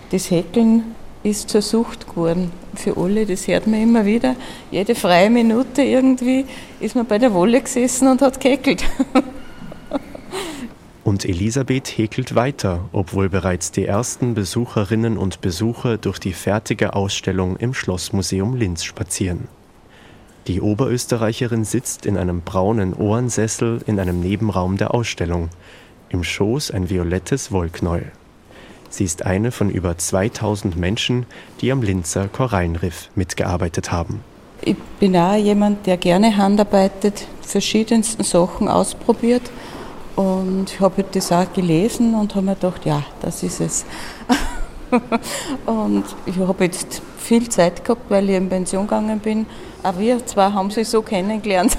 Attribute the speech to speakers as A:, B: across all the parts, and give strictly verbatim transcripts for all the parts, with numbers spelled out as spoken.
A: Das Häkeln ist zur Sucht geworden für alle, das hört man immer wieder. Jede freie Minute irgendwie ist man bei der Wolle gesessen und hat gehäkelt.
B: Und Elisabeth häkelt weiter, obwohl bereits die ersten Besucherinnen und Besucher durch die fertige Ausstellung im Schlossmuseum Linz spazieren. Die Oberösterreicherin sitzt in einem braunen Ohrensessel in einem Nebenraum der Ausstellung. Im Schoß ein violettes Wollknäuel. Sie ist eine von über zweitausend Menschen, die am Linzer Korallenriff mitgearbeitet haben.
A: Ich bin auch jemand, der gerne handarbeitet, verschiedensten Sachen ausprobiert. Und ich habe das auch gelesen und habe mir gedacht, ja, das ist es. Und ich habe jetzt viel Zeit gehabt, weil ich in Pension gegangen bin. Auch wir zwei haben sich so kennengelernt.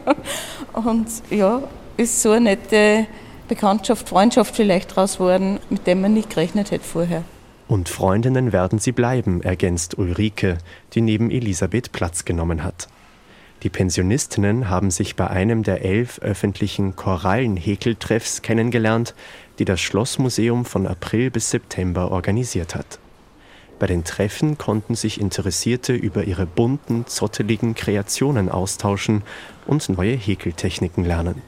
A: Und ja, ist so eine nette Bekanntschaft, Freundschaft vielleicht draus geworden, mit dem man nicht gerechnet hätte vorher.
B: Und Freundinnen werden sie bleiben, ergänzt Ulrike, die neben Elisabeth Platz genommen hat. Die Pensionistinnen haben sich bei einem der elf öffentlichen Korallenhäkeltreffs kennengelernt, die das Schlossmuseum von April bis September organisiert hat. Bei den Treffen konnten sich Interessierte über ihre bunten, zotteligen Kreationen austauschen und neue Häkeltechniken lernen.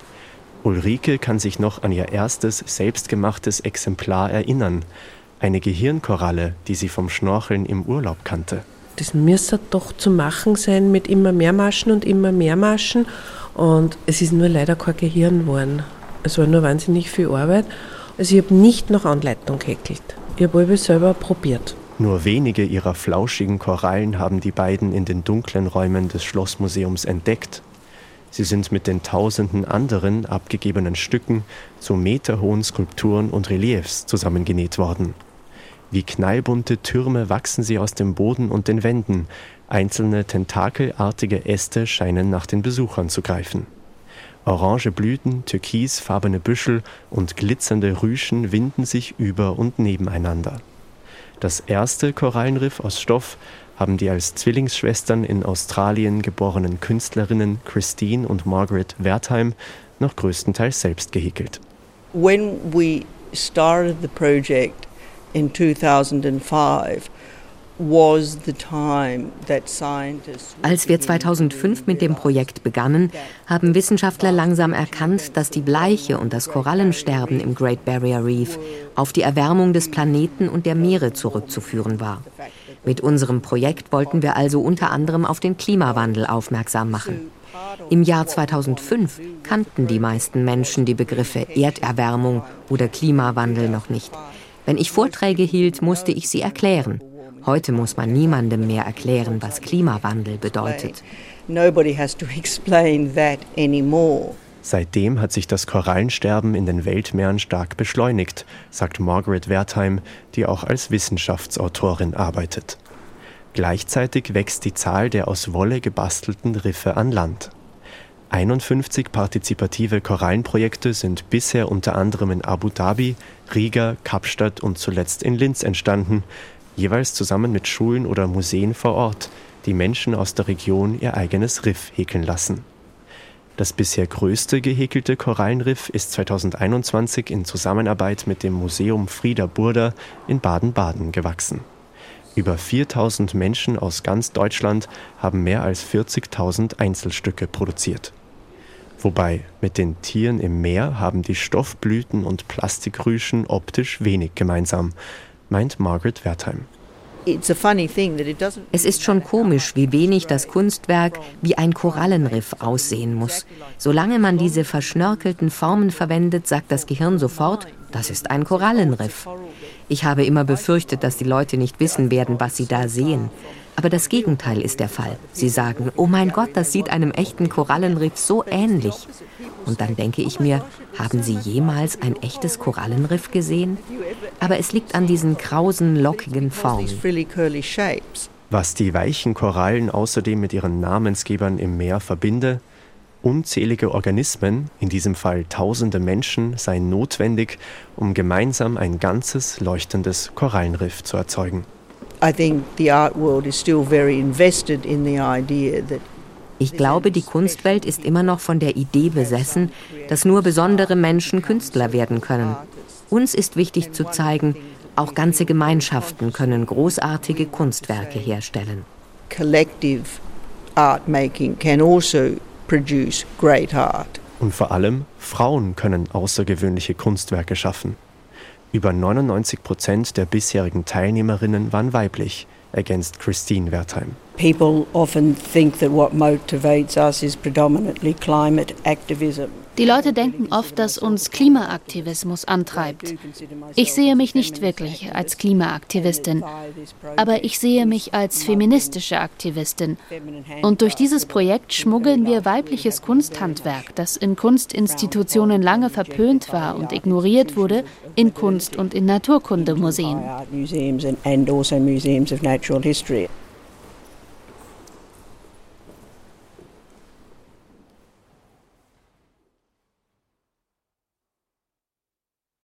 B: Ulrike kann sich noch an ihr erstes selbstgemachtes Exemplar erinnern, eine Gehirnkoralle, die sie vom Schnorcheln im Urlaub kannte.
C: Das müsste doch zu machen sein mit immer mehr Maschen und immer mehr Maschen. Und es ist nur leider kein Gehirn geworden. Es war nur wahnsinnig viel Arbeit. Also ich habe nicht nach Anleitung gehäkelt. Ich habe alles selber probiert.
B: Nur wenige ihrer flauschigen Korallen haben die beiden in den dunklen Räumen des Schlossmuseums entdeckt. Sie sind mit den tausenden anderen abgegebenen Stücken zu meterhohen Skulpturen und Reliefs zusammengenäht worden. Wie knallbunte Türme wachsen sie aus dem Boden und den Wänden. Einzelne tentakelartige Äste scheinen nach den Besuchern zu greifen. Orange Blüten, türkisfarbene Büschel und glitzernde Rüschen winden sich über und nebeneinander. Das erste Korallenriff aus Stoff haben die als Zwillingsschwestern in Australien geborenen Künstlerinnen Christine und Margaret Wertheim noch größtenteils selbst gehäkelt.
D: When we started the project in two thousand five, was the time that scientists...
E: Als wir zweitausendfünf mit dem Projekt begannen, haben Wissenschaftler langsam erkannt, dass die Bleiche und das Korallensterben im Great Barrier Reef auf die Erwärmung des Planeten und der Meere zurückzuführen war. Mit unserem Projekt wollten wir also unter anderem auf den Klimawandel aufmerksam machen. Im Jahr zweitausendfünf kannten die meisten Menschen die Begriffe Erderwärmung oder Klimawandel noch nicht. Wenn ich Vorträge hielt, musste ich sie erklären. Heute muss man niemandem mehr erklären, was Klimawandel bedeutet.
D: Nobody has to explain that anymore.
B: Seitdem hat sich das Korallensterben in den Weltmeeren stark beschleunigt, sagt Margaret Wertheim, die auch als Wissenschaftsautorin arbeitet. Gleichzeitig wächst die Zahl der aus Wolle gebastelten Riffe an Land. einundfünfzig partizipative Korallenprojekte sind bisher unter anderem in Abu Dhabi, Riga, Kapstadt und zuletzt in Linz entstanden, jeweils zusammen mit Schulen oder Museen vor Ort, die Menschen aus der Region ihr eigenes Riff häkeln lassen. Das bisher größte gehäkelte Korallenriff ist zweitausendeinundzwanzig in Zusammenarbeit mit dem Museum Frieder Burda in Baden-Baden gewachsen. Über viertausend Menschen aus ganz Deutschland haben mehr als vierzigtausend Einzelstücke produziert. Wobei, mit den Tieren im Meer haben die Stoffblüten und Plastikrüschen optisch wenig gemeinsam, meint Margaret Wertheim.
E: Es ist schon komisch, wie wenig das Kunstwerk wie ein Korallenriff aussehen muss. Solange man diese verschnörkelten Formen verwendet, sagt das Gehirn sofort, das ist ein Korallenriff. Ich habe immer befürchtet, dass die Leute nicht wissen werden, was sie da sehen. Aber das Gegenteil ist der Fall. Sie sagen, oh mein Gott, das sieht einem echten Korallenriff so ähnlich. Und dann denke ich mir, haben Sie jemals ein echtes Korallenriff gesehen? Aber es liegt an diesen krausen, lockigen Formen.
B: Was die weichen Korallen außerdem mit ihren Namensgebern im Meer verbinde, unzählige Organismen, in diesem Fall tausende Menschen, seien notwendig, um gemeinsam ein ganzes, leuchtendes Korallenriff zu erzeugen.
E: Ich glaube, die Kunstwelt ist immer noch von der Idee besessen, dass nur besondere Menschen Künstler werden können. Uns ist wichtig zu zeigen, Auch ganze Gemeinschaften können großartige Kunstwerke herstellen.
D: Collective art making can also produce great art.
B: Und vor allem Frauen können außergewöhnliche Kunstwerke schaffen. Über neunundneunzig Prozent der bisherigen Teilnehmerinnen waren weiblich, ergänzt Christine Wertheim.
D: People often think that what motivates us is predominantly climate activism.
F: Die Leute denken oft, dass uns Klimaaktivismus antreibt. Ich sehe mich nicht wirklich als Klimaaktivistin, aber ich sehe mich als feministische Aktivistin. Und durch dieses Projekt schmuggeln wir weibliches Kunsthandwerk, das in Kunstinstitutionen lange verpönt war und ignoriert wurde, in Kunst- und in Naturkundemuseen.